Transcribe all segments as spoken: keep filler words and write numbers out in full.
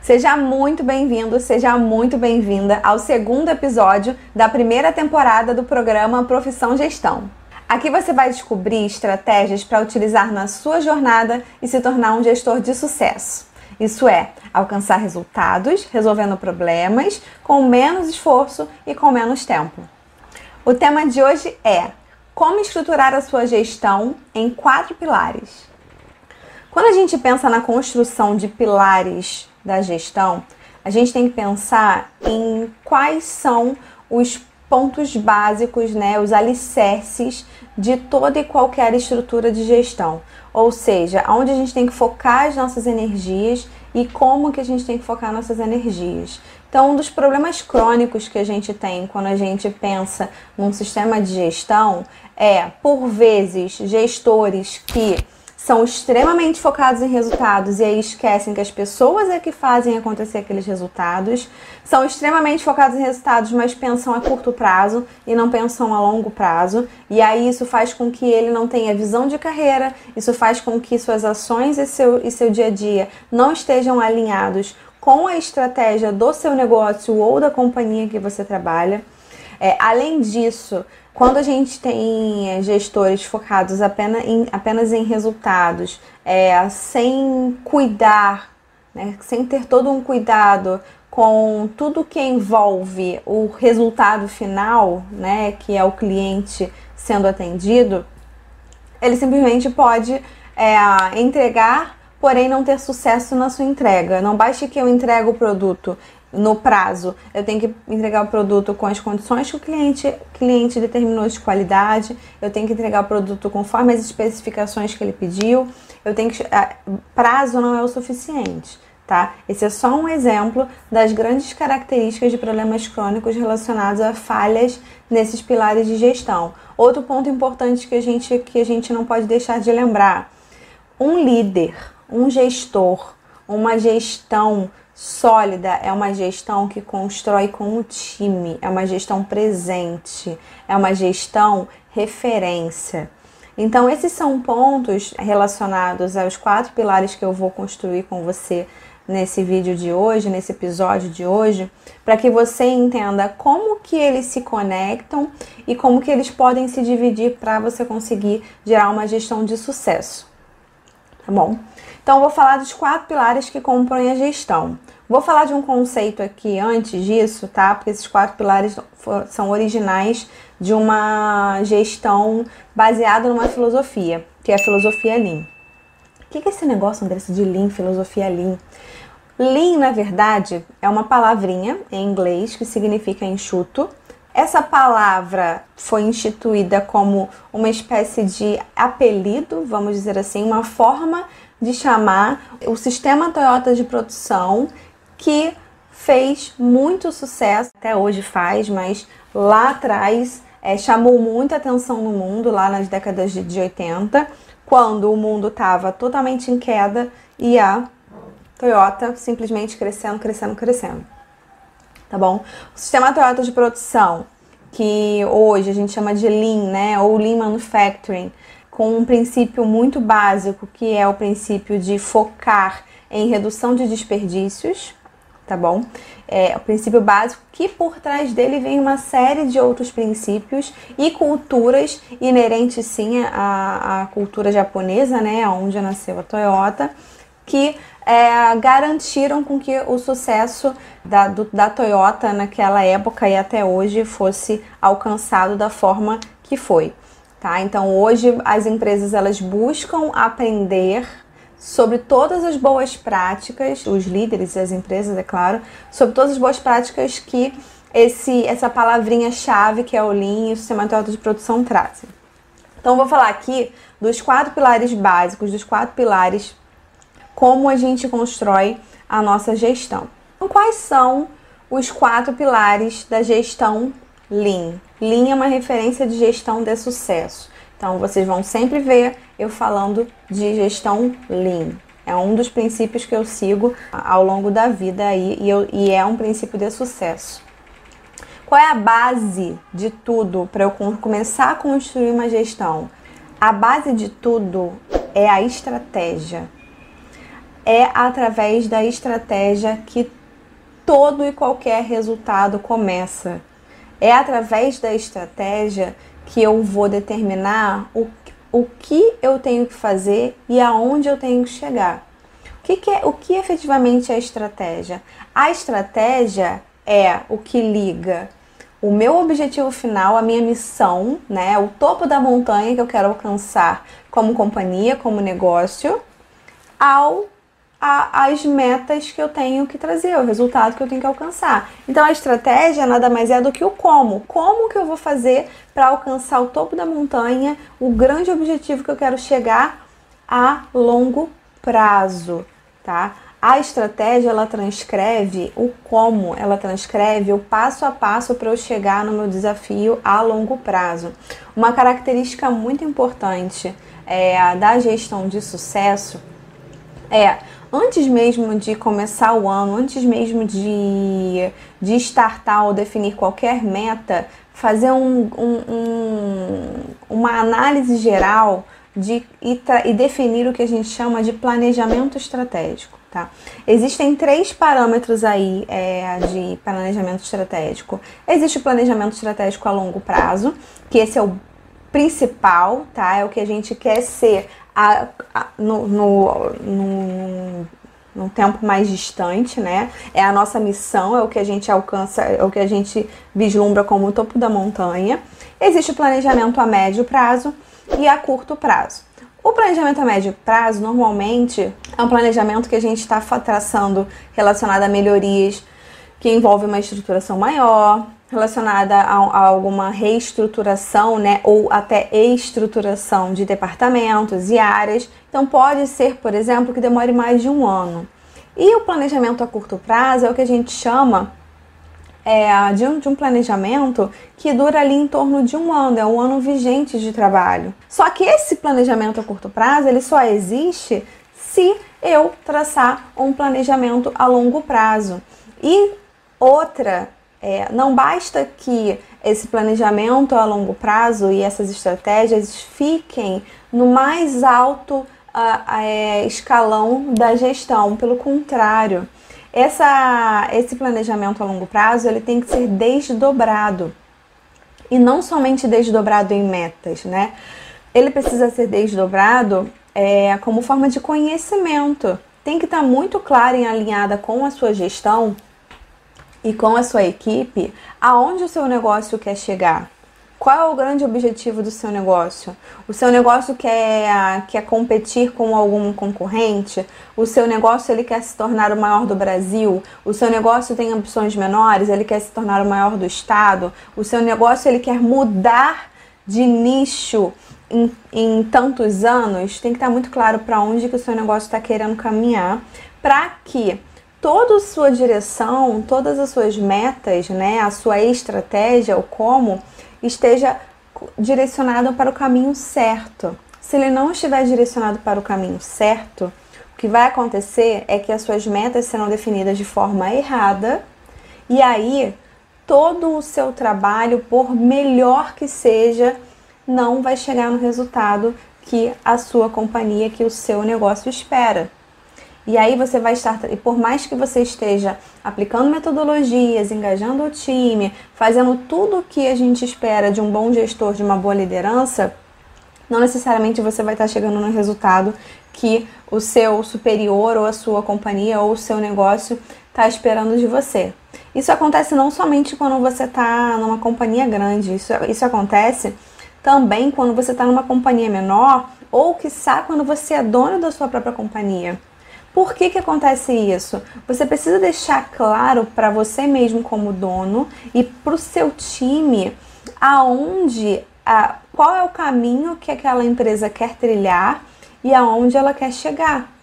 Seja muito bem-vindo, seja muito bem-vinda ao segundo episódio da primeira temporada do programa Profissão Gestão. Aqui você vai descobrir estratégias para utilizar na sua jornada e se tornar um gestor de sucesso. Isso é, alcançar resultados, resolvendo problemas, com menos esforço e com menos tempo. O tema de hoje é como estruturar a sua gestão em quatro pilares. Quando a gente pensa na construção de pilares da gestão, a gente tem que pensar em quais são os pontos básicos, né, os alicerces de toda e qualquer estrutura de gestão. Ou seja, onde a gente tem que focar as nossas energias e como que a gente tem que focar nossas energias. Então, um dos problemas crônicos que a gente tem quando a gente pensa num sistema de gestão é, por vezes, gestores que são extremamente focados em resultados e aí esquecem que as pessoas é que fazem acontecer aqueles resultados. São extremamente focados em resultados, mas pensam a curto prazo e não pensam a longo prazo. E aí isso faz com que ele não tenha visão de carreira, isso faz com que suas ações e seu, e seu dia a dia não estejam alinhados com a estratégia do seu negócio ou da companhia que você trabalha. É, além disso, quando a gente tem gestores focados apenas em, apenas em resultados, é, sem cuidar, né, sem ter todo um cuidado com tudo que envolve o resultado final, né, que é o cliente sendo atendido, ele simplesmente pode é, entregar, porém não ter sucesso na sua entrega. Não basta que eu entregue o produto no prazo, eu tenho que entregar o produto com as condições que o cliente, cliente determinou de qualidade, eu tenho que entregar o produto conforme as especificações que ele pediu, eu tenho que... prazo não é o suficiente, tá? Esse é só um exemplo das grandes características de problemas crônicos relacionados a falhas nesses pilares de gestão. Outro ponto importante que a gente, que a gente não pode deixar de lembrar, um líder, um gestor, uma gestão sólida é uma gestão que constrói com o time, é uma gestão presente, é uma gestão referência. Então esses são pontos relacionados aos quatro pilares que eu vou construir com você nesse vídeo de hoje, nesse episódio de hoje, para que você entenda como que eles se conectam e como que eles podem se dividir para você conseguir gerar uma gestão de sucesso. Tá bom? Então, eu vou falar dos quatro pilares que compõem a gestão. Vou falar de um conceito aqui antes disso, tá? Porque esses quatro pilares são originais de uma gestão baseada numa filosofia, que é a filosofia Lean. O que é esse negócio, Andressa, de Lean, filosofia Lean? Lean, na verdade, é uma palavrinha em inglês que significa enxuto. Essa palavra foi instituída como uma espécie de apelido, vamos dizer assim, uma forma de chamar o sistema Toyota de produção que fez muito sucesso, até hoje faz, mas lá atrás é, chamou muita atenção no mundo, lá nas décadas de oitenta, quando o mundo estava totalmente em queda e a Toyota simplesmente crescendo, crescendo, crescendo. Tá bom? O sistema Toyota de produção, que hoje a gente chama de Lean, né, ou Lean Manufacturing, com um princípio muito básico, que é o princípio de focar em redução de desperdícios, tá bom? É o princípio básico que por trás dele vem uma série de outros princípios e culturas inerentes sim à, à cultura japonesa, né, onde nasceu a Toyota, que é, garantiram com que o sucesso da, do, da Toyota naquela época e até hoje fosse alcançado da forma que foi. Tá? Então hoje as empresas elas buscam aprender sobre todas as boas práticas, os líderes e as empresas, é claro, sobre todas as boas práticas que esse, essa palavrinha-chave que é o Lean e o sistema Toyota de produção trazem. Então eu vou falar aqui dos quatro pilares básicos, dos quatro pilares, como a gente constrói a nossa gestão. Então quais são os quatro pilares da gestão Lean? Lean é uma referência de gestão de sucesso. Então, vocês vão sempre ver eu falando de gestão Lean. É um dos princípios que eu sigo ao longo da vida aí, e, eu, e é um princípio de sucesso. Qual é a base de tudo para eu começar a construir uma gestão? A base de tudo é a estratégia. É através da estratégia que todo e qualquer resultado começa. É através da estratégia que eu vou determinar o, o que eu tenho que fazer e aonde eu tenho que chegar. O que, que é, o que efetivamente é a estratégia? A estratégia é o que liga o meu objetivo final, a minha missão, né, o topo da montanha que eu quero alcançar como companhia, como negócio, ao a, as metas que eu tenho que trazer, o resultado que eu tenho que alcançar. Então a estratégia nada mais é do que o como. Como que eu vou fazer para alcançar o topo da montanha, o grande objetivo que eu quero chegar a longo prazo, tá? A estratégia, ela transcreve o como, ela transcreve o passo a passo para eu chegar no meu desafio a longo prazo. Uma característica muito importante é, da gestão de sucesso é, antes mesmo de começar o ano, antes mesmo de, de startar ou definir qualquer meta, fazer um, um, um, uma análise geral de, e, e definir o que a gente chama de planejamento estratégico. Tá? Existem três parâmetros aí é, de planejamento estratégico. Existe o planejamento estratégico a longo prazo, que esse é o principal, tá? É o que a gente quer ser a, a, no, no, no, no tempo mais distante, né? É a nossa missão, é o que a gente alcança, é o que a gente vislumbra como o topo da montanha. Existe o planejamento a médio prazo e a curto prazo. O planejamento a médio prazo, normalmente, é um planejamento que a gente está traçando relacionado a melhorias que envolvem uma estruturação maior, relacionada a, a alguma reestruturação, né, ou até estruturação de departamentos e áreas. Então, pode ser, por exemplo, que demore mais de um ano. E o planejamento a curto prazo é o que a gente chama É, de, um, de um planejamento que dura ali em torno de um ano, é um ano vigente de trabalho. Só que esse planejamento a curto prazo, ele só existe se eu traçar um planejamento a longo prazo. E outra, é, não basta que esse planejamento a longo prazo e essas estratégias fiquem no mais alto uh, é, escalão da gestão, pelo contrário, Essa, esse planejamento a longo prazo ele tem que ser desdobrado e não somente desdobrado em metas, né? Ele precisa ser desdobrado é, como forma de conhecimento. Tem que estar muito clara e alinhada com a sua gestão e com a sua equipe aonde o seu negócio quer chegar. Qual é o grande objetivo do seu negócio? O seu negócio quer, quer competir com algum concorrente? O seu negócio ele quer se tornar o maior do Brasil? O seu negócio tem ambições menores? Ele quer se tornar o maior do estado? O seu negócio ele quer mudar de nicho em, em tantos anos? Tem que estar muito claro para onde que o seu negócio está querendo caminhar, para que toda a sua direção, todas as suas metas, né, a sua estratégia, o como, esteja direcionado para o caminho certo. Se ele não estiver direcionado para o caminho certo, o que vai acontecer é que as suas metas serão definidas de forma errada e aí todo o seu trabalho, por melhor que seja, não vai chegar no resultado que a sua companhia, que o seu negócio espera. E aí você vai estar, e por mais que você esteja aplicando metodologias, engajando o time, fazendo tudo o que a gente espera de um bom gestor, de uma boa liderança, não necessariamente você vai estar chegando no resultado que o seu superior ou a sua companhia ou o seu negócio está esperando de você. Isso acontece não somente quando você está numa companhia grande, isso, isso acontece também quando você está numa companhia menor ou, quiçá, quando você é dono da sua própria companhia. Por que que acontece isso? Você precisa deixar claro para você mesmo como dono e para o seu time aonde, a, qual é o caminho que aquela empresa quer trilhar e aonde ela quer chegar.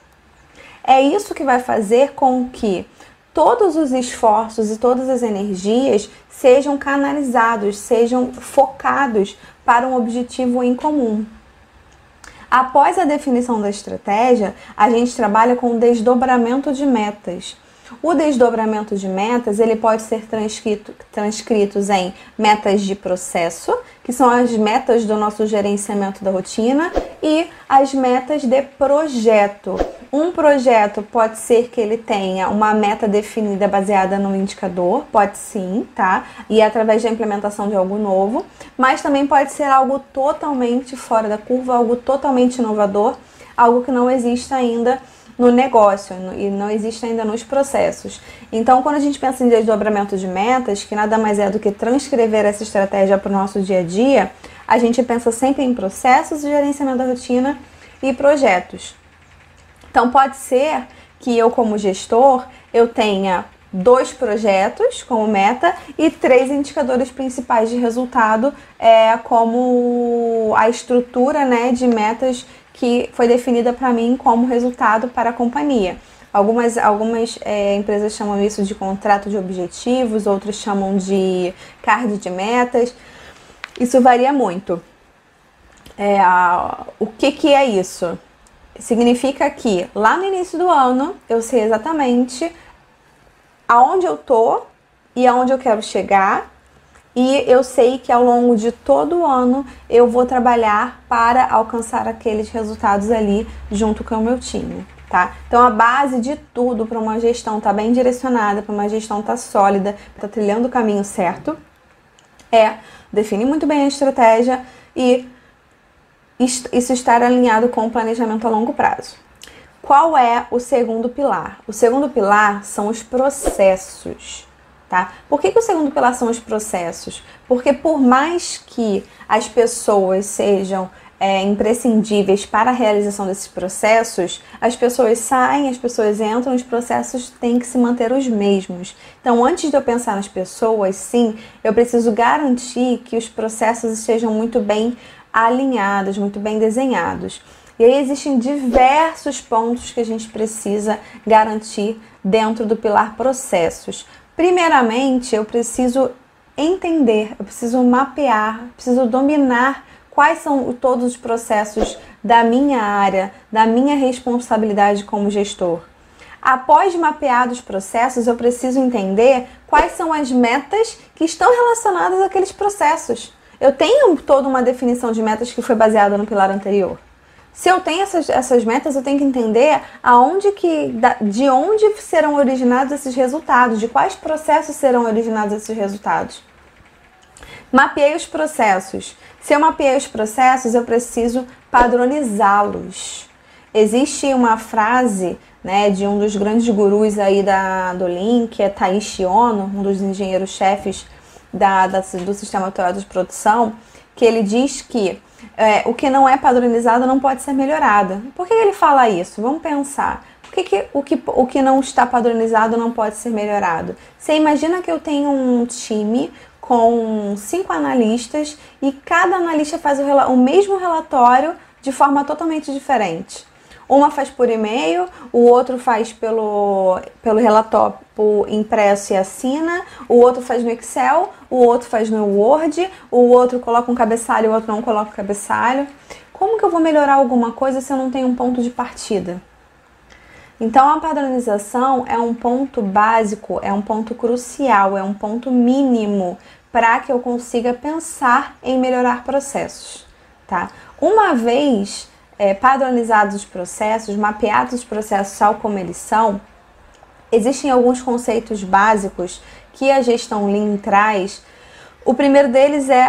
É isso que vai fazer com que todos os esforços e todas as energias sejam canalizados, sejam focados para um objetivo em comum. Após a definição da estratégia, a gente trabalha com o desdobramento de metas. O desdobramento de metas, ele pode ser transcrito, transcritos em metas de processo, que são as metas do nosso gerenciamento da rotina, e as metas de projeto. Um projeto pode ser que ele tenha uma meta definida baseada no indicador, pode sim, tá? E através da implementação de algo novo, mas também pode ser algo totalmente fora da curva, algo totalmente inovador, algo que não existe ainda no negócio e não existe ainda nos processos. Então, quando a gente pensa em desdobramento de metas, que nada mais é do que transcrever essa estratégia para o nosso dia a dia, a gente pensa sempre em processos de gerenciamento da rotina e projetos. Então, pode ser que eu, como gestor, eu tenha dois projetos como meta e três indicadores principais de resultado, é, como a estrutura, né, de metas que foi definida para mim como resultado para a companhia. Algumas, algumas é, empresas chamam isso de contrato de objetivos, outras chamam de card de metas. Isso varia muito. É, a, o que, que é isso? Significa que lá no início do ano eu sei exatamente aonde eu tô e aonde eu quero chegar. E eu sei que ao longo de todo o ano eu vou trabalhar para alcançar aqueles resultados ali junto com o meu time, tá? Então a base de tudo para uma gestão tá bem direcionada, para uma gestão tá sólida, tá trilhando o caminho certo, é definir muito bem a estratégia e isso estar alinhado com o planejamento a longo prazo. Qual é o segundo pilar? O segundo pilar são os processos. Tá? Por que que o segundo pilar são os processos? Porque por mais que as pessoas sejam é, imprescindíveis para a realização desses processos, as pessoas saem, as pessoas entram, os processos têm que se manter os mesmos. Então, antes de eu pensar nas pessoas, sim, eu preciso garantir que os processos estejam muito bem alinhados, muito bem desenhados. E aí existem diversos pontos que a gente precisa garantir dentro do pilar processos. Primeiramente, eu preciso entender, eu preciso mapear, preciso dominar quais são todos os processos da minha área, da minha responsabilidade como gestor. Após mapear os processos, eu preciso entender quais são as metas que estão relacionadas àqueles processos. Eu tenho toda uma definição de metas que foi baseada no pilar anterior. Se eu tenho essas, essas metas, eu tenho que entender aonde que, de onde serão originados esses resultados, de quais processos serão originados esses resultados. Mapeei os processos. Se eu mapeei os processos, eu preciso padronizá-los. Existe uma frase, né, de um dos grandes gurus aí da, do Lean, que é Taiichi Ohno, um dos engenheiros-chefes da, da, do sistema atual de produção, que ele diz que É, o que não é padronizado não pode ser melhorado. Por que ele fala isso? Vamos pensar. Por que, que, o, que o que não está padronizado não pode ser melhorado? Você imagina que eu tenho um time com cinco analistas e cada analista faz o, o mesmo relatório de forma totalmente diferente. Uma faz por e-mail, o outro faz pelo, pelo relatório impresso e assina, o outro faz no Excel, o outro faz no Word, o outro coloca um cabeçalho, o outro não coloca o cabeçalho. Como que eu vou melhorar alguma coisa se eu não tenho um ponto de partida? Então a padronização é um ponto básico, é um ponto crucial, é um ponto mínimo para que eu consiga pensar em melhorar processos, tá? Uma vez É, padronizados os processos, mapeados os processos tal como eles são, existem alguns conceitos básicos que a gestão Lean traz. O primeiro deles é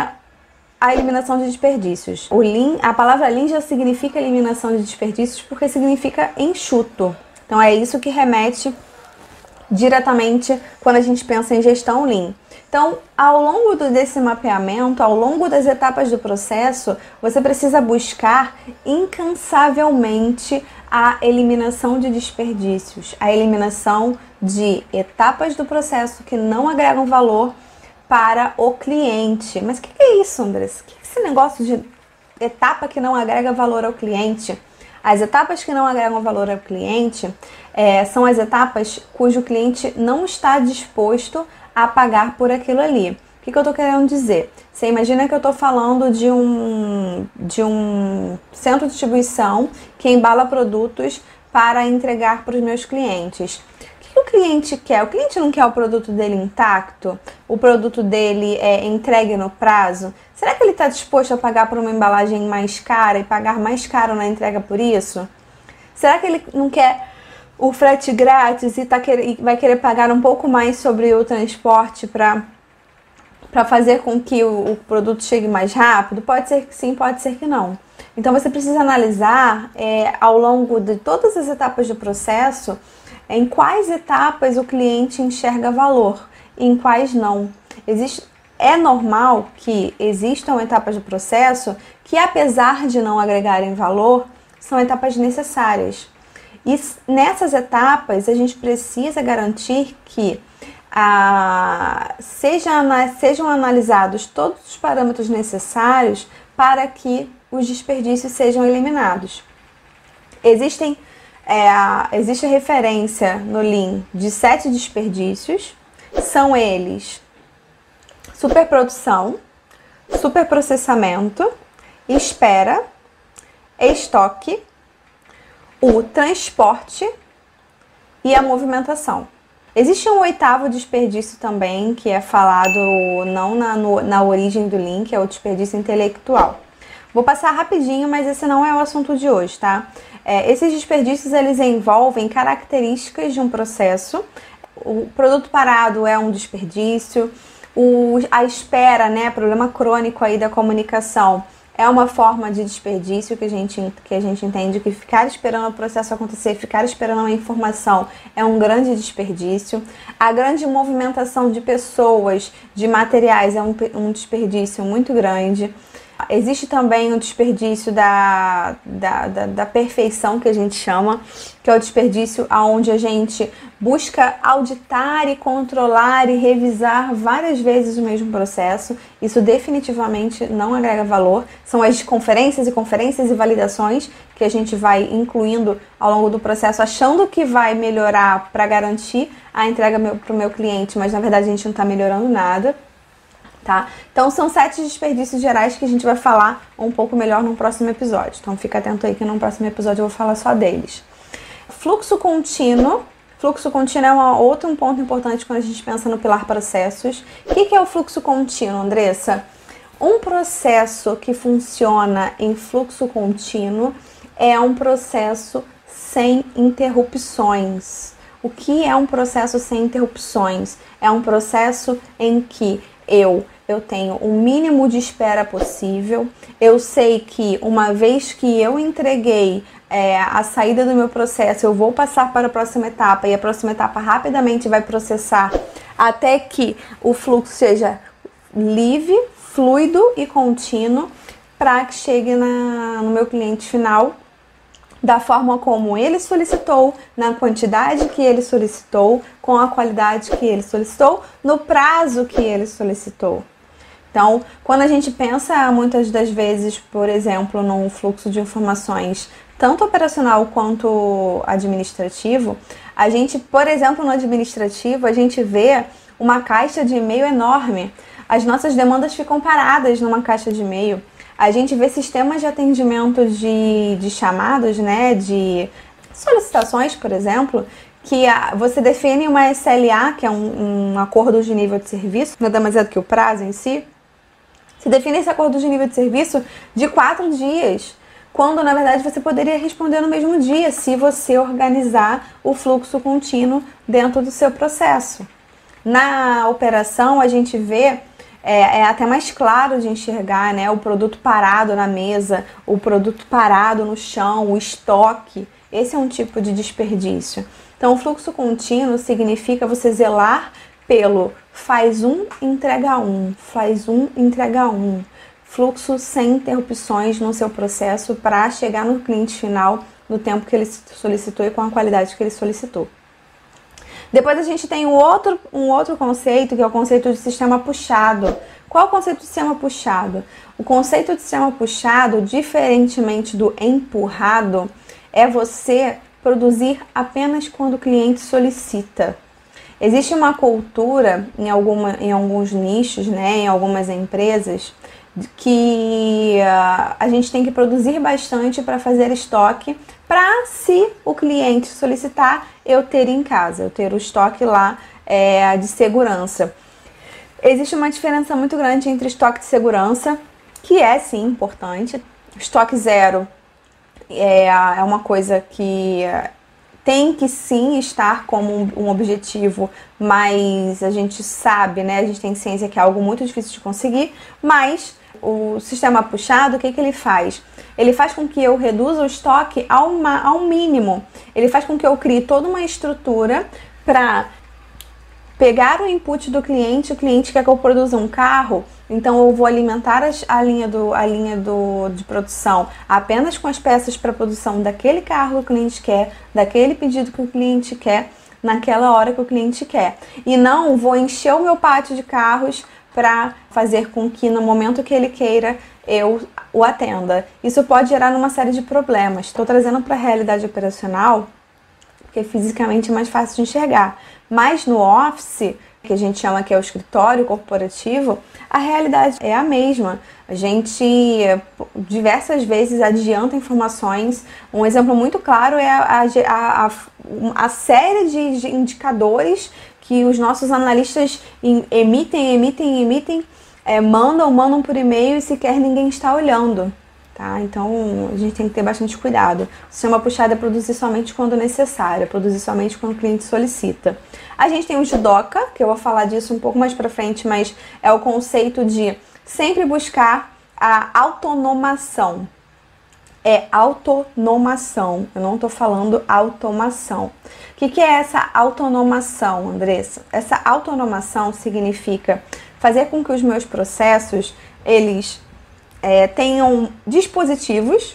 a eliminação de desperdícios. O Lean, a palavra Lean já significa eliminação de desperdícios porque significa enxuto. Então é isso que remete diretamente quando a gente pensa em gestão Lean. Então, ao longo desse mapeamento, ao longo das etapas do processo, você precisa buscar incansavelmente a eliminação de desperdícios, a eliminação de etapas do processo que não agregam valor para o cliente. Mas o que é isso, Andressa? O que é esse negócio de etapa que não agrega valor ao cliente? As etapas que não agregam valor ao cliente é, são as etapas cujo cliente não está disposto a pagar por aquilo ali. O que, que eu estou querendo dizer? Você imagina que eu estou falando de um, de um centro de distribuição que embala produtos para entregar para os meus clientes. O que, que o cliente quer? O cliente não quer o produto dele intacto? O produto dele é entregue no prazo? Será que ele está disposto a pagar por uma embalagem mais cara e pagar mais caro na entrega por isso? Será que ele não quer o frete grátis e, tá quer- e vai querer pagar um pouco mais sobre o transporte para para fazer com que o, o produto chegue mais rápido? Pode ser que sim, pode ser que não. Então você precisa analisar é, ao longo de todas as etapas do processo em quais etapas o cliente enxerga valor e em quais não. Existe, é normal que existam etapas do processo que, apesar de não agregarem valor, são etapas necessárias. E nessas etapas a gente precisa garantir que a, seja, sejam analisados todos os parâmetros necessários para que os desperdícios sejam eliminados. Existem, é, existe referência no Lean de sete desperdícios, são eles: superprodução, superprocessamento, espera, estoque, o transporte e a movimentação. Existe um oitavo desperdício também, que é falado não na, no, na origem do Lean, que é o desperdício intelectual. Vou passar rapidinho, mas esse não é o assunto de hoje, tá? É, esses desperdícios, eles envolvem características de um processo. O produto parado é um desperdício. O, a espera, né, problema crônico aí da comunicação, é uma forma de desperdício que a gente, que a gente entende que ficar esperando o processo acontecer, ficar esperando uma informação é um grande desperdício. A grande movimentação de pessoas, de materiais, é um, um desperdício muito grande. Existe também o desperdício da, da, da, da perfeição, que a gente chama, que é o desperdício onde a gente busca auditar e controlar e revisar várias vezes o mesmo processo. Isso definitivamente não agrega valor. São as conferências e conferências e validações que a gente vai incluindo ao longo do processo, achando que vai melhorar para garantir a entrega para o meu cliente, mas na verdade a gente não está melhorando nada. Tá? Então são sete desperdícios gerais que a gente vai falar um pouco melhor no próximo episódio. Então fica atento aí que no próximo episódio eu vou falar só deles. Fluxo contínuo. Fluxo contínuo é uma, outro um ponto importante quando a gente pensa no pilar processos. O que, que é o fluxo contínuo, Andressa? Um processo que funciona em fluxo contínuo é um processo sem interrupções. O que é um processo sem interrupções? É um processo em que Eu, eu tenho o mínimo de espera possível. Eu sei que uma vez que eu entreguei é, a saída do meu processo, eu vou passar para a próxima etapa e a próxima etapa rapidamente vai processar até que o fluxo seja livre, fluido e contínuo para que chegue na, no meu cliente final da forma como ele solicitou, na quantidade que ele solicitou, com a qualidade que ele solicitou, no prazo que ele solicitou. Então, quando a gente pensa muitas das vezes, por exemplo, num fluxo de informações, tanto operacional quanto administrativo, a gente, por exemplo, no administrativo, a gente vê uma caixa de e-mail enorme. As nossas demandas ficam paradas numa caixa de e-mail. A gente vê sistemas de atendimento de, de chamados, né, de solicitações, por exemplo, que a, você define uma S L A, que é um, um acordo de nível de serviço, nada mais é do que o prazo em si. Se define esse acordo de nível de serviço de quatro dias, quando na verdade você poderia responder no mesmo dia, se você organizar o fluxo contínuo dentro do seu processo. Na operação, a gente vê É, é até mais claro de enxergar, né, o produto parado na mesa, o produto parado no chão, o estoque. Esse é um tipo de desperdício. Então, o fluxo contínuo significa você zelar pelo faz um, entrega um, faz um, entrega um. Fluxo sem interrupções no seu processo para chegar no cliente final no tempo que ele solicitou e com a qualidade que ele solicitou. Depois a gente tem um outro, um outro conceito, que é o conceito de sistema puxado. Qual é o conceito de sistema puxado? O conceito de sistema puxado, diferentemente do empurrado, é você produzir apenas quando o cliente solicita. Existe uma cultura em, alguma, em alguns nichos, né, em algumas empresas, que uh, a gente tem que produzir bastante para fazer estoque, para, se o cliente solicitar, eu ter em casa, eu ter o estoque lá é, de segurança. Existe uma diferença muito grande entre estoque de segurança, que é sim importante. Estoque zero é, é uma coisa que tem que sim estar como um, um objetivo, mas a gente sabe, né? A gente tem ciência que é algo muito difícil de conseguir, mas o sistema puxado, o que, que ele faz? Ele faz com que eu reduza o estoque ao, uma, ao mínimo. Ele faz com que eu crie toda uma estrutura para pegar o input do cliente. O cliente quer que eu produza um carro, então eu vou alimentar as, a linha, do, a linha do, de produção apenas com as peças para produção daquele carro que o cliente quer, daquele pedido que o cliente quer, naquela hora que o cliente quer. E não vou encher o meu pátio de carros para fazer com que no momento que ele queira eu o atenda. Isso pode gerar uma série de problemas. Estou trazendo para a realidade operacional, porque fisicamente é mais fácil de enxergar. Mas no office, que a gente chama que é o escritório corporativo, a realidade é a mesma. A gente diversas vezes adianta informações. Um exemplo muito claro é a, a, a, a série de indicadores que os nossos analistas emitem, emitem, emitem, é, mandam, mandam por e-mail e sequer ninguém está olhando. Tá? Então a gente tem que ter bastante cuidado. O sistema puxado é produzir somente quando necessário, é produzir somente quando o cliente solicita. A gente tem o Jidoka, que eu vou falar disso um pouco mais pra frente, mas é o conceito de sempre buscar a autonomação. É autonomação, eu não estou falando automação. O que, que é essa autonomação, Andressa? Essa autonomação significa fazer com que os meus processos, eles é, tenham dispositivos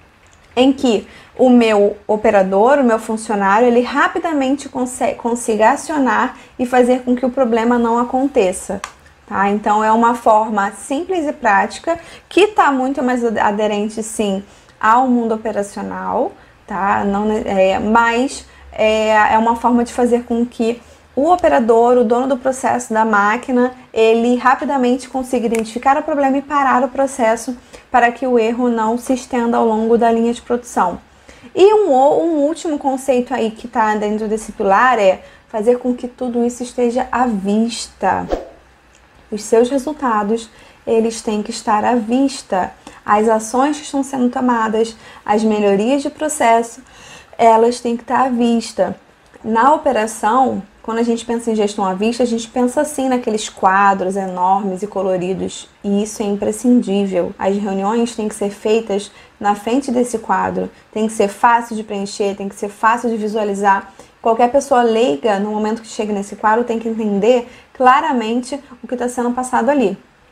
em que o meu operador, o meu funcionário, ele rapidamente consegue, consiga acionar e fazer com que o problema não aconteça. Tá? Então é uma forma simples e prática que está muito mais aderente, sim, ao mundo operacional, tá? Não, é, mas é, é uma forma de fazer com que o operador, o dono do processo da máquina, ele rapidamente consiga identificar o problema e parar o processo para que o erro não se estenda ao longo da linha de produção. E um, um último conceito aí que está dentro desse pilar é fazer com que tudo isso esteja à vista. Os seus resultados, eles têm que estar à vista. As ações que estão sendo tomadas, as melhorias de processo, elas têm que estar à vista. Na operação, quando a gente pensa em gestão à vista, a gente pensa assim naqueles quadros enormes e coloridos, e isso é imprescindível. As reuniões têm que ser feitas na frente desse quadro, tem que ser fácil de preencher, tem que ser fácil de visualizar. Qualquer pessoa leiga, no momento que chega nesse quadro, tem que entender claramente o que está sendo passado ali.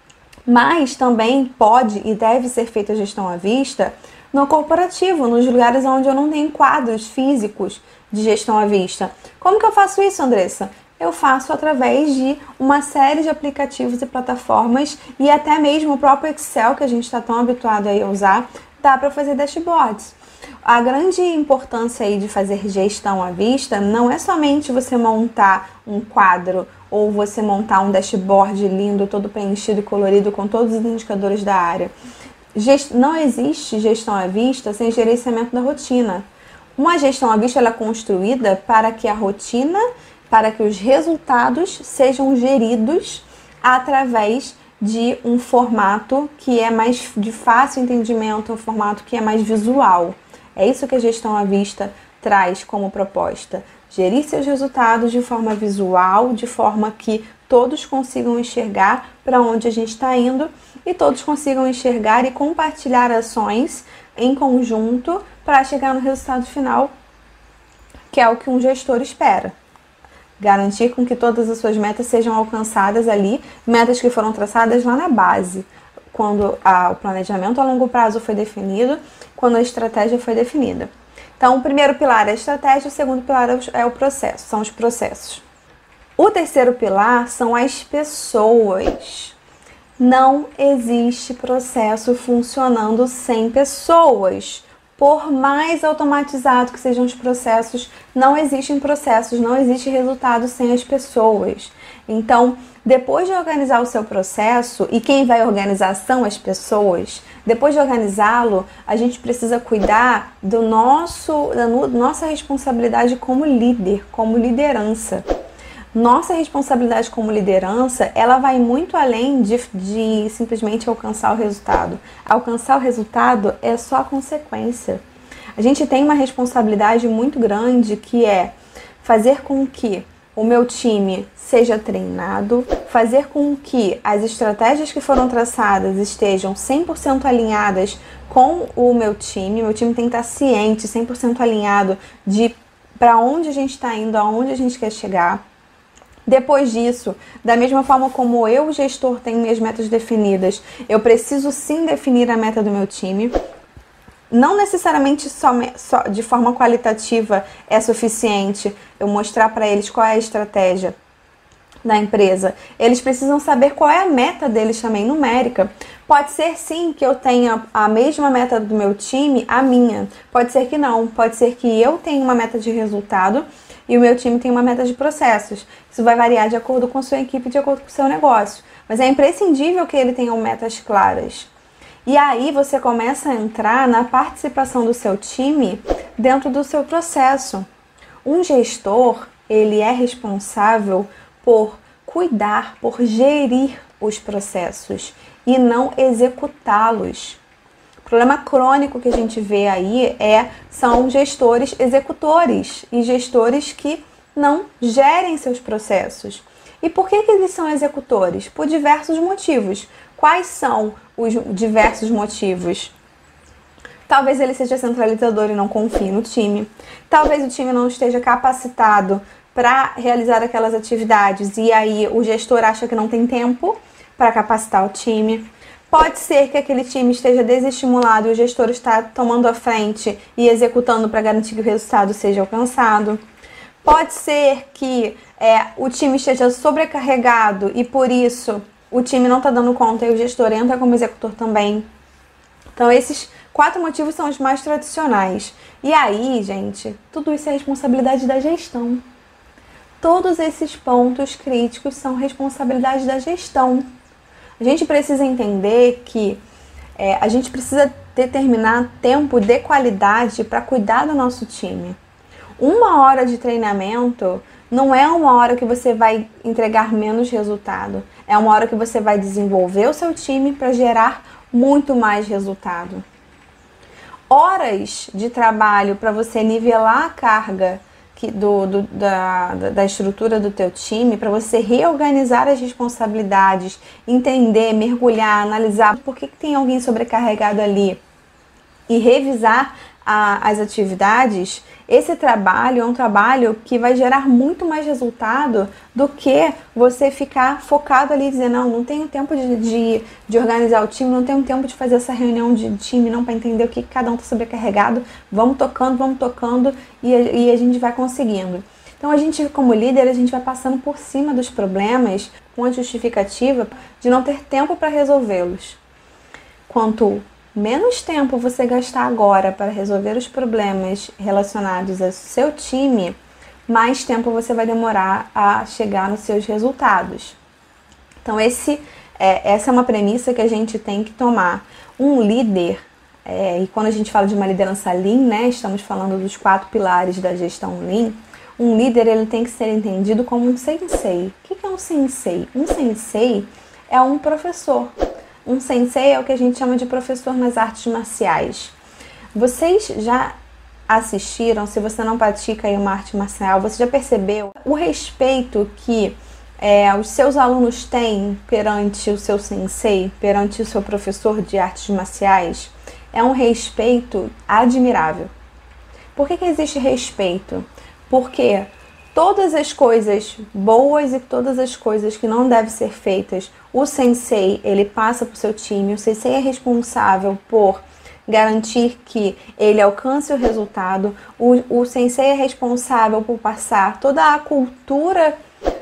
Mas também pode e deve ser feita a gestão à vista no corporativo, nos lugares onde eu não tenho quadros físicos de gestão à vista. Como que eu faço isso, Andressa? Eu faço através de uma série de aplicativos e plataformas e até mesmo o próprio Excel, que a gente está tão habituado a usar, dá para fazer dashboards. A grande importância aí de fazer gestão à vista não é somente você montar um quadro ou você montar um dashboard lindo, todo preenchido e colorido com todos os indicadores da área. Gest... Não existe gestão à vista sem gerenciamento da rotina. Uma gestão à vista ela é construída para que a rotina, para que os resultados sejam geridos através de um formato que é mais de fácil entendimento, um formato que é mais visual. É isso que a gestão à vista traz como proposta. Gerir seus resultados de forma visual, de forma que todos consigam enxergar para onde a gente está indo e todos consigam enxergar e compartilhar ações em conjunto para chegar no resultado final, que é o que um gestor espera. Garantir com que todas as suas metas sejam alcançadas ali, metas que foram traçadas lá na base, quando a, o planejamento a longo prazo foi definido, quando a estratégia foi definida. Então, o primeiro pilar é a estratégia, o segundo pilar é o processo, são os processos. O terceiro pilar são as pessoas. Não existe processo funcionando sem pessoas. Por mais automatizado que sejam os processos, não existem processos, não existe resultado sem as pessoas. Então, depois de organizar o seu processo, e quem vai organizar são as pessoas, depois de organizá-lo, a gente precisa cuidar do nosso, da nossa responsabilidade como líder, como liderança. Nossa responsabilidade como liderança, ela vai muito além de, de simplesmente alcançar o resultado. Alcançar o resultado é só a consequência. A gente tem uma responsabilidade muito grande que é fazer com que o meu time seja treinado, fazer com que as estratégias que foram traçadas estejam cem por cento alinhadas com o meu time. Meu time tem que estar ciente, cem por cento alinhado de para onde a gente está indo, aonde a gente quer chegar. Depois disso, da mesma forma como eu, gestor, tenho minhas metas definidas, eu preciso sim definir a meta do meu time. Não necessariamente só, só de forma qualitativa é suficiente eu mostrar para eles qual é a estratégia da empresa. Eles precisam saber qual é a meta deles também, numérica. Pode ser sim que eu tenha a mesma meta do meu time, a minha. Pode ser que não. Pode ser que eu tenha uma meta de resultado e o meu time tem uma meta de processos. Isso vai variar de acordo com a sua equipe, de acordo com o seu negócio. Mas é imprescindível que ele tenha metas claras. E aí você começa a entrar na participação do seu time dentro do seu processo. Um gestor, ele é responsável por cuidar, por gerir os processos e não executá-los. O problema crônico que a gente vê aí é, são gestores executores e gestores que não gerem seus processos. E por que que eles são executores? Por diversos motivos. Quais são os diversos motivos? Talvez ele seja centralizador e não confie no time. Talvez o time não esteja capacitado para realizar aquelas atividades e aí o gestor acha que não tem tempo para capacitar o time. Pode ser que aquele time esteja desestimulado e o gestor está tomando a frente e executando para garantir que o resultado seja alcançado. Pode ser que é, o time esteja sobrecarregado e por isso o time não está dando conta e o gestor entra como executor também. Então esses quatro motivos são os mais tradicionais. E aí, gente, tudo isso é responsabilidade da gestão. Todos esses pontos críticos são responsabilidade da gestão. A gente precisa entender que é, a gente precisa determinar tempo de qualidade para cuidar do nosso time. Uma hora de treinamento não é uma hora que você vai entregar menos resultado. É uma hora que você vai desenvolver o seu time para gerar muito mais resultado. Horas de trabalho para você nivelar a carga que do, do, da, da estrutura do teu time, para você reorganizar as responsabilidades, entender, mergulhar, analisar por que, que tem alguém sobrecarregado ali e revisar a, as atividades. Esse trabalho é um trabalho que vai gerar muito mais resultado do que você ficar focado ali e dizer, não, não tenho tempo de, de, de organizar o time, não tenho tempo de fazer essa reunião de time, não, para entender o que cada um está sobrecarregado, vamos tocando, vamos tocando e, e a gente vai conseguindo. Então a gente, como líder, a gente vai passando por cima dos problemas com a justificativa de não ter tempo para resolvê-los. Quanto menos tempo você gastar agora para resolver os problemas relacionados ao seu time, mais tempo você vai demorar a chegar nos seus resultados. Então esse, é, essa é uma premissa que a gente tem que tomar. Um líder, é, e quando a gente fala de uma liderança Lean, né, estamos falando dos quatro pilares da gestão Lean, um líder ele tem que ser entendido como um sensei. O que é um sensei? Um sensei é um professor. Um sensei é o que a gente chama de professor nas artes marciais. Vocês já assistiram, se você não pratica aí uma arte marcial, você já percebeu o respeito que é, os seus alunos têm perante o seu sensei, perante o seu professor de artes marciais? É um respeito admirável. Por que que existe respeito? Porque todas as coisas boas e todas as coisas que não devem ser feitas, o sensei, ele passa para o seu time, o sensei é responsável por garantir que ele alcance o resultado, o, o sensei é responsável por passar toda a cultura,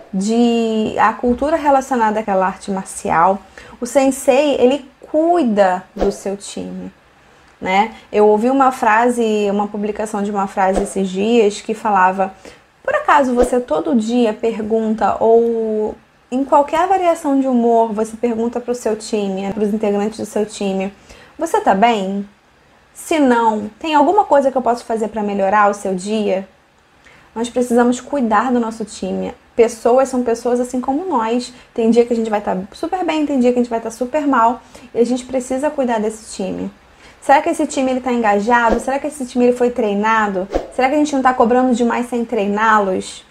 de, a cultura relacionada àquela arte marcial. O sensei, ele cuida do seu time. né? Eu ouvi uma frase, uma publicação de uma frase esses dias que falava: por acaso você todo dia pergunta, ou em qualquer variação de humor, você pergunta para o seu time, para os integrantes do seu time, você tá bem? Se não, tem alguma coisa que eu posso fazer para melhorar o seu dia? Nós precisamos cuidar do nosso time. Pessoas são pessoas assim como nós. Tem dia que a gente vai estar super bem, tem dia que a gente vai estar super mal. E a gente precisa cuidar desse time. Será que esse time está engajado? Será que esse time ele foi treinado? Será que a gente não está cobrando demais sem treiná-los?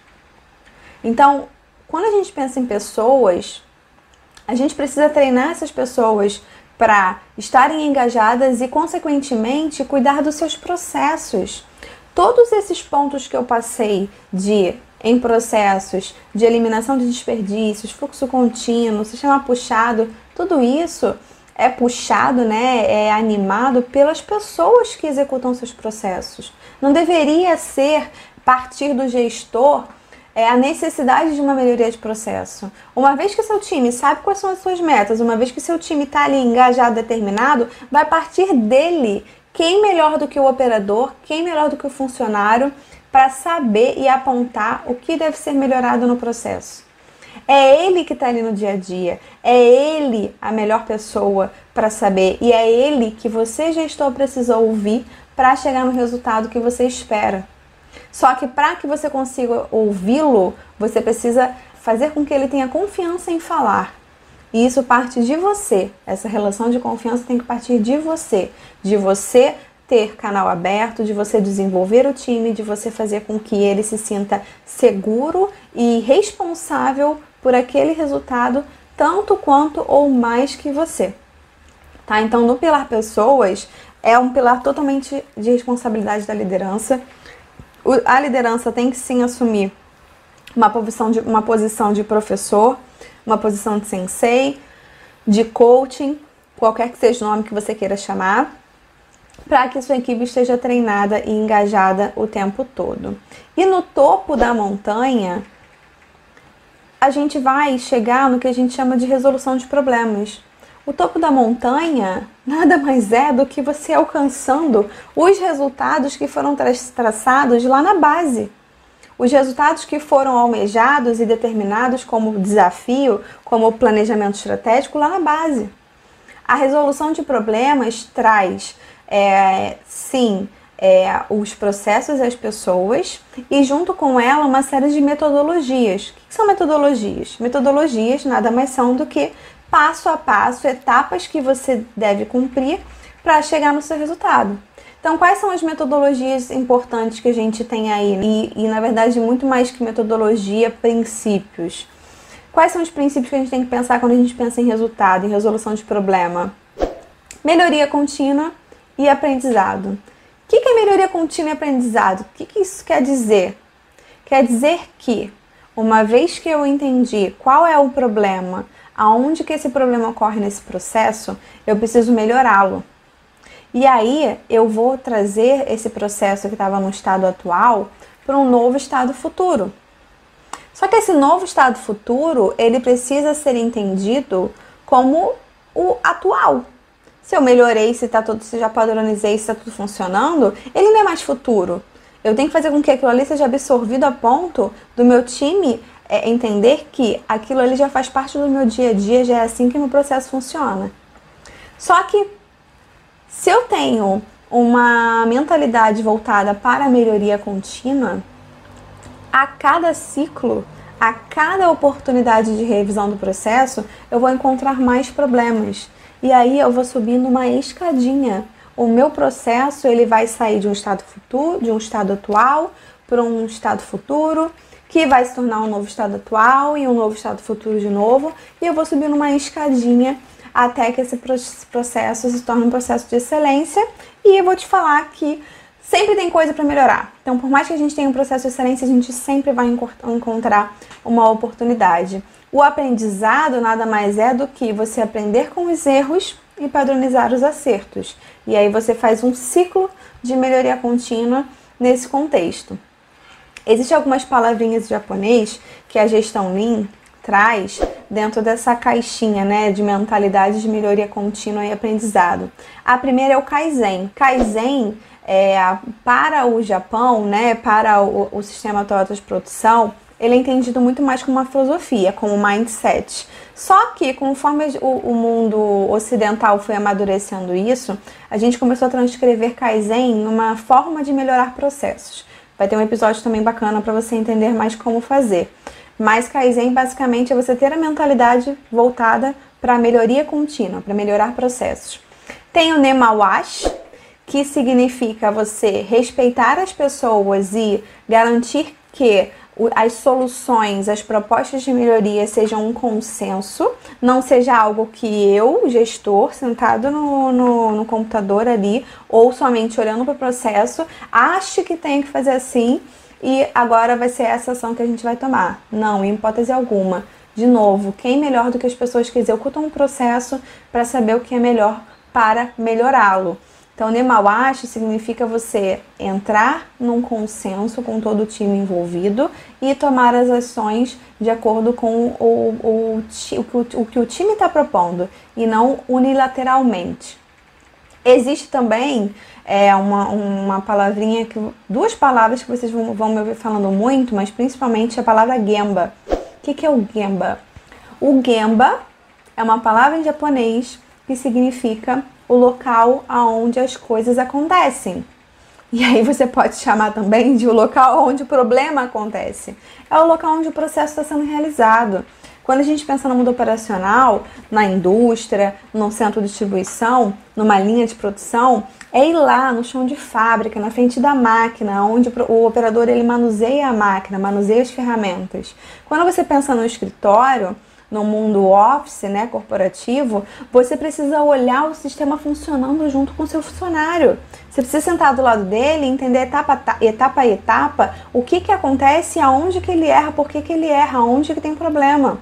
Então, quando a gente pensa em pessoas, a gente precisa treinar essas pessoas para estarem engajadas e, consequentemente, cuidar dos seus processos. Todos esses pontos que eu passei de em processos de eliminação de desperdícios, fluxo contínuo, sistema puxado, tudo isso é puxado, né, é animado pelas pessoas que executam seus processos. Não deveria ser partir do gestor é, a necessidade de uma melhoria de processo. Uma vez que seu time sabe quais são as suas metas, uma vez que seu time está ali engajado, determinado, vai partir dele. Quem melhor do que o operador, quem melhor do que o funcionário para saber e apontar o que deve ser melhorado no processo. É ele que está ali no dia a dia, é ele a melhor pessoa para saber e é ele que você, gestor, precisa ouvir para chegar no resultado que você espera. Só que para que você consiga ouvi-lo, você precisa fazer com que ele tenha confiança em falar. E isso parte de você. Essa relação de confiança tem que partir de você. De você ter canal aberto, de você desenvolver o time, de você fazer com que ele se sinta seguro e responsável por aquele resultado, tanto quanto ou mais que você. Tá? Então, no pilar pessoas, é um pilar totalmente de responsabilidade da liderança. A liderança tem que sim assumir uma posição de, uma posição de professor, uma posição de sensei, de coaching, qualquer que seja o nome que você queira chamar, para que sua equipe esteja treinada e engajada o tempo todo. E no topo da montanha, a gente vai chegar no que a gente chama de resolução de problemas. O topo da montanha nada mais é do que você alcançando os resultados que foram tra- traçados lá na base. Os resultados que foram almejados e determinados como desafio, como planejamento estratégico lá na base. A resolução de problemas traz, é, sim, é, os processos e as pessoas e junto com ela uma série de metodologias. O que são metodologias? Metodologias nada mais são do que passo a passo, etapas que você deve cumprir para chegar no seu resultado. Então, quais são as metodologias importantes que a gente tem aí? E, e, na verdade, muito mais que metodologia, princípios. Quais são os princípios que a gente tem que pensar quando a gente pensa em resultado, em resolução de problema? Melhoria contínua e aprendizado. O que é melhoria contínua e aprendizado? O que isso quer dizer? Quer dizer que, uma vez que eu entendi qual é o problema, aonde que esse problema ocorre nesse processo, eu preciso melhorá-lo. E aí eu vou trazer esse processo que estava no estado atual para um novo estado futuro. Só que esse novo estado futuro, ele precisa ser entendido como o atual. Se eu melhorei, se, tá tudo, se já padronizei, se está tudo funcionando, ele não é mais futuro. Eu tenho que fazer com que aquilo ali seja absorvido a ponto do meu time é, entender que aquilo ali já faz parte do meu dia a dia, já é assim que o meu processo funciona. Só que se eu tenho uma mentalidade voltada para a melhoria contínua, a cada ciclo, a cada oportunidade de revisão do processo, eu vou encontrar mais problemas. E aí eu vou subindo uma escadinha. O meu processo ele vai sair de um estado futuro, de um estado atual para um estado futuro, que vai se tornar um novo estado atual e um novo estado futuro de novo. E eu vou subindo uma escadinha até que esse processo se torne um processo de excelência. E eu vou te falar que sempre tem coisa para melhorar. Então, por mais que a gente tenha um processo de excelência, a gente sempre vai encontrar uma oportunidade. O aprendizado nada mais é do que você aprender com os erros e padronizar os acertos. E aí você faz um ciclo de melhoria contínua nesse contexto. Existem algumas palavrinhas em japonês que a gestão Lean traz dentro dessa caixinha, né, de mentalidade de melhoria contínua e aprendizado. A primeira é o Kaizen. Kaizen, é, para o Japão, né, para o, o sistema Toyota de produção, ele é entendido muito mais como uma filosofia, como um mindset. Só que, conforme o, o mundo ocidental foi amadurecendo isso, a gente começou a transcrever Kaizen numa forma de melhorar processos. Vai ter um episódio também bacana para você entender mais como fazer. Mas Kaizen, basicamente, é você ter a mentalidade voltada para a melhoria contínua, para melhorar processos. Tem o Nemawashi, que significa você respeitar as pessoas e garantir que as soluções, as propostas de melhoria sejam um consenso, não seja algo que eu, gestor, sentado no, no, no computador ali, ou somente olhando para o processo, ache que tem que fazer assim e agora vai ser essa ação que a gente vai tomar. Não, em hipótese alguma. De novo, quem melhor do que as pessoas que executam o processo para saber o que é melhor para melhorá-lo? Então, Nemawashi significa você entrar num consenso com todo o time envolvido e tomar as ações de acordo com o, o, o, o que o time está propondo e não unilateralmente. Existe também é, uma, uma palavrinha, que, duas palavras que vocês vão, vão me ouvir falando muito, mas principalmente a palavra Gemba. O que, que é o Gemba? O Gemba é uma palavra em japonês que significa o local onde as coisas acontecem. E aí você pode chamar também de o local onde o problema acontece. É o local onde o processo está sendo realizado. Quando a gente pensa no mundo operacional, na indústria, num centro de distribuição, numa linha de produção, é ir lá no chão de fábrica, na frente da máquina, onde o operador ele manuseia a máquina, manuseia as ferramentas. Quando você pensa no escritório, no mundo office, né, corporativo, você precisa olhar o sistema funcionando junto com o seu funcionário. Você precisa sentar do lado dele e entender etapa, etapa a etapa o que, que acontece, aonde que ele erra, por que, que ele erra, aonde que tem problema.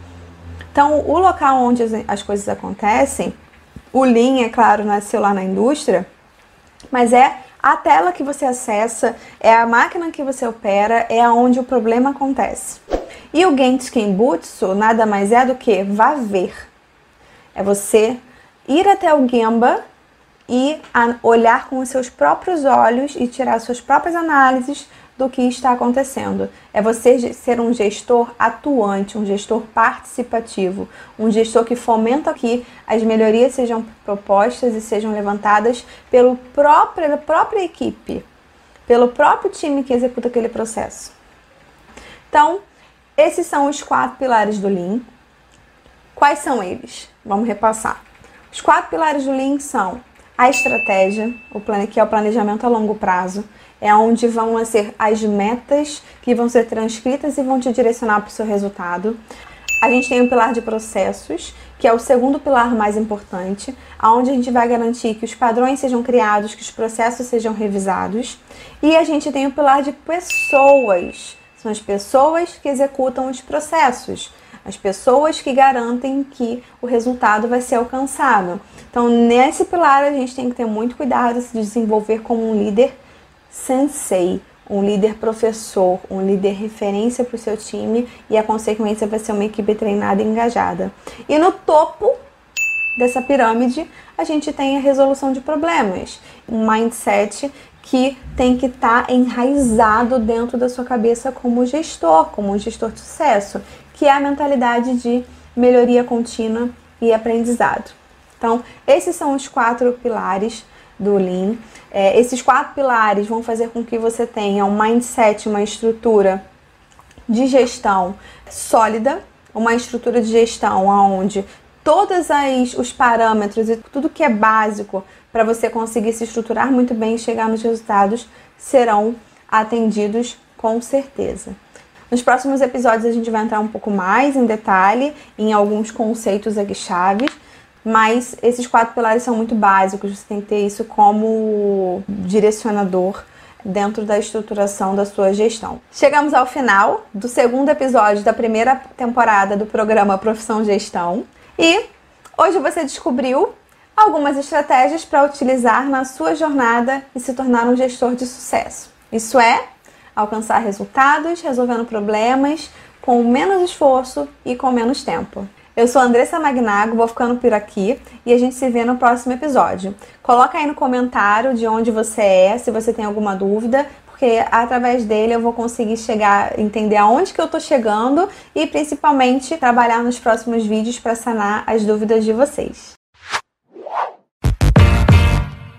Então, o local onde as coisas acontecem, o Lean, é claro, nasceu lá na indústria, mas é a tela que você acessa, é a máquina que você opera, é onde o problema acontece. E o Genki-Butsu nada mais é do que vá ver. É você ir até o Gemba e olhar com os seus próprios olhos e tirar suas próprias análises do que está acontecendo. É você ser um gestor atuante, um gestor participativo, um gestor que fomenta que as melhorias sejam propostas e sejam levantadas pelo próprio, pela própria equipe, pelo próprio time que executa aquele processo. Então, esses são os quatro pilares do Lean. Quais são eles? Vamos repassar. Os quatro pilares do Lean são a estratégia, o plane... que é o planejamento a longo prazo, é onde vão ser as metas que vão ser transcritas e vão te direcionar para o seu resultado. A gente tem o pilar de processos, que é o segundo pilar mais importante, onde a gente vai garantir que os padrões sejam criados, que os processos sejam revisados. E a gente tem o pilar de pessoas, são as pessoas que executam os processos, as pessoas que garantem que o resultado vai ser alcançado. Então, nesse pilar, a gente tem que ter muito cuidado de se desenvolver como um líder sensei, um líder professor, um líder referência para o seu time e a consequência vai ser uma equipe treinada e engajada. E no topo dessa pirâmide, a gente tem a resolução de problemas, um mindset que tem que estar tá enraizado dentro da sua cabeça como gestor, como um gestor de sucesso, que é a mentalidade de melhoria contínua e aprendizado. Então, esses são os quatro pilares do Lean. É, esses quatro pilares vão fazer com que você tenha um mindset, uma estrutura de gestão sólida, uma estrutura de gestão onde todos as, os parâmetros e tudo que é básico para você conseguir se estruturar muito bem e chegar nos resultados serão atendidos com certeza. Nos próximos episódios a gente vai entrar um pouco mais em detalhe em alguns conceitos aqui chaves, mas esses quatro pilares são muito básicos, você tem que ter isso como direcionador dentro da estruturação da sua gestão. Chegamos ao final do segundo episódio da primeira temporada do programa Profissão Gestão e hoje você descobriu algumas estratégias para utilizar na sua jornada e se tornar um gestor de sucesso. Isso é alcançar resultados, resolvendo problemas com menos esforço e com menos tempo. Eu sou a Andressa Magnago, vou ficando por aqui e a gente se vê no próximo episódio. Coloca aí no comentário de onde você é, se você tem alguma dúvida, porque através dele eu vou conseguir chegar, entender aonde que eu tô chegando e principalmente trabalhar nos próximos vídeos para sanar as dúvidas de vocês.